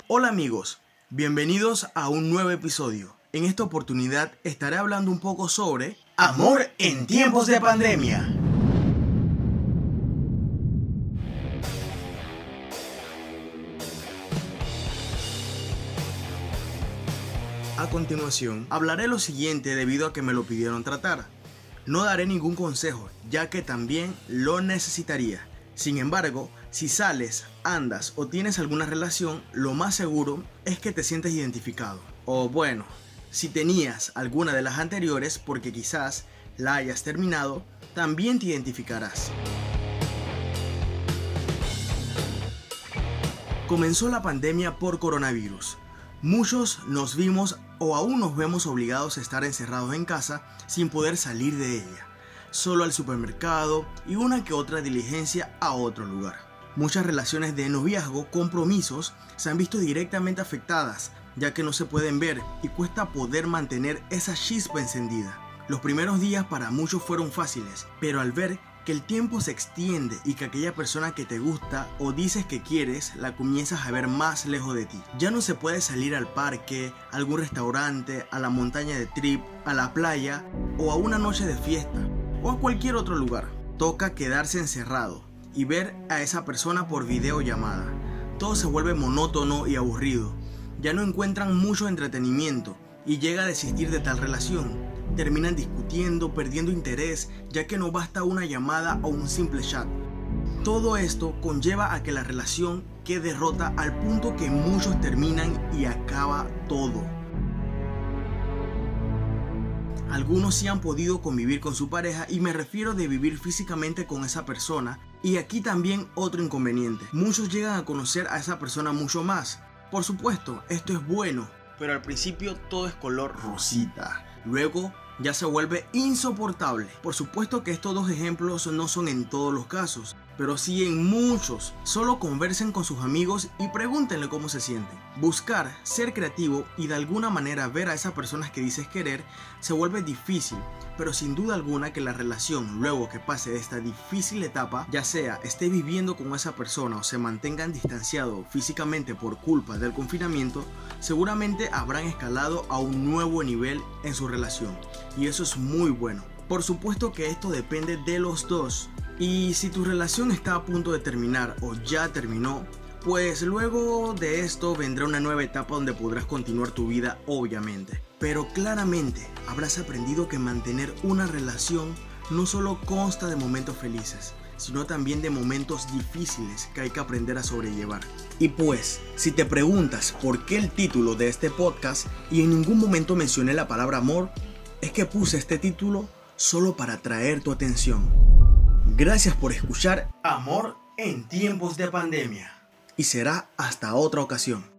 Hola amigos, bienvenidos a un nuevo episodio. En esta oportunidad estaré hablando un poco sobre amor en tiempos de pandemia. A continuación, hablaré lo siguiente debido a que me lo pidieron tratar. No daré ningún consejo, ya que también lo necesitaría. Sin embargo, si sales, andas o tienes alguna relación, lo más seguro es que te sientes identificado. O bueno, si tenías alguna de las anteriores porque quizás la hayas terminado, también te identificarás. Comenzó la pandemia por coronavirus. Muchos nos vimos o aún nos vemos obligados a estar encerrados en casa sin poder salir de ella, solo al supermercado y una que otra diligencia a otro lugar. Muchas relaciones de noviazgo, compromisos, se han visto directamente afectadas, ya que no se pueden ver y cuesta poder mantener esa chispa encendida. Los primeros días para muchos fueron fáciles, pero al ver que el tiempo se extiende y que aquella persona que te gusta o dices que quieres la comienzas a ver más lejos de ti. Ya no se puede salir al parque, a algún restaurante, a la montaña de trip, a la playa o a una noche de fiesta o a cualquier otro lugar. Toca quedarse encerrado y ver a esa persona por videollamada. Todo se vuelve monótono y aburrido. Ya no encuentran mucho entretenimiento y llega a desistir de tal relación. Terminan discutiendo, perdiendo interés, ya que no basta una llamada o un simple chat. Todo esto conlleva a que la relación quede rota al punto que muchos terminan y acaba todo. Algunos sí han podido convivir con su pareja y me refiero de vivir físicamente con esa persona. Y aquí también otro inconveniente. Muchos llegan a conocer a esa persona mucho más. Por supuesto, esto es bueno, pero al principio todo es color rosita. Luego ya se vuelve insoportable. Por supuesto que estos dos ejemplos no son en todos los casos, pero sí en muchos. Solo conversen con sus amigos y pregúntenle cómo se sienten. Buscar, ser creativo y de alguna manera ver a esas personas que dices querer se vuelve difícil, pero sin duda alguna que la relación, luego que pase esta difícil etapa, ya sea esté viviendo con esa persona o se mantengan distanciados físicamente por culpa del confinamiento, seguramente habrán escalado a un nuevo nivel en su relación, y eso es muy bueno. Por supuesto que esto depende de los dos, y si tu relación está a punto de terminar o ya terminó, pues luego de esto vendrá una nueva etapa donde podrás continuar tu vida, obviamente. Pero claramente habrás aprendido que mantener una relación no solo consta de momentos felices, sino también de momentos difíciles que hay que aprender a sobrellevar. Y pues, si te preguntas por qué el título de este podcast y en ningún momento mencioné la palabra amor, es que puse este título solo para atraer tu atención. Gracias por escuchar Amor en tiempos de pandemia. Y será hasta otra ocasión.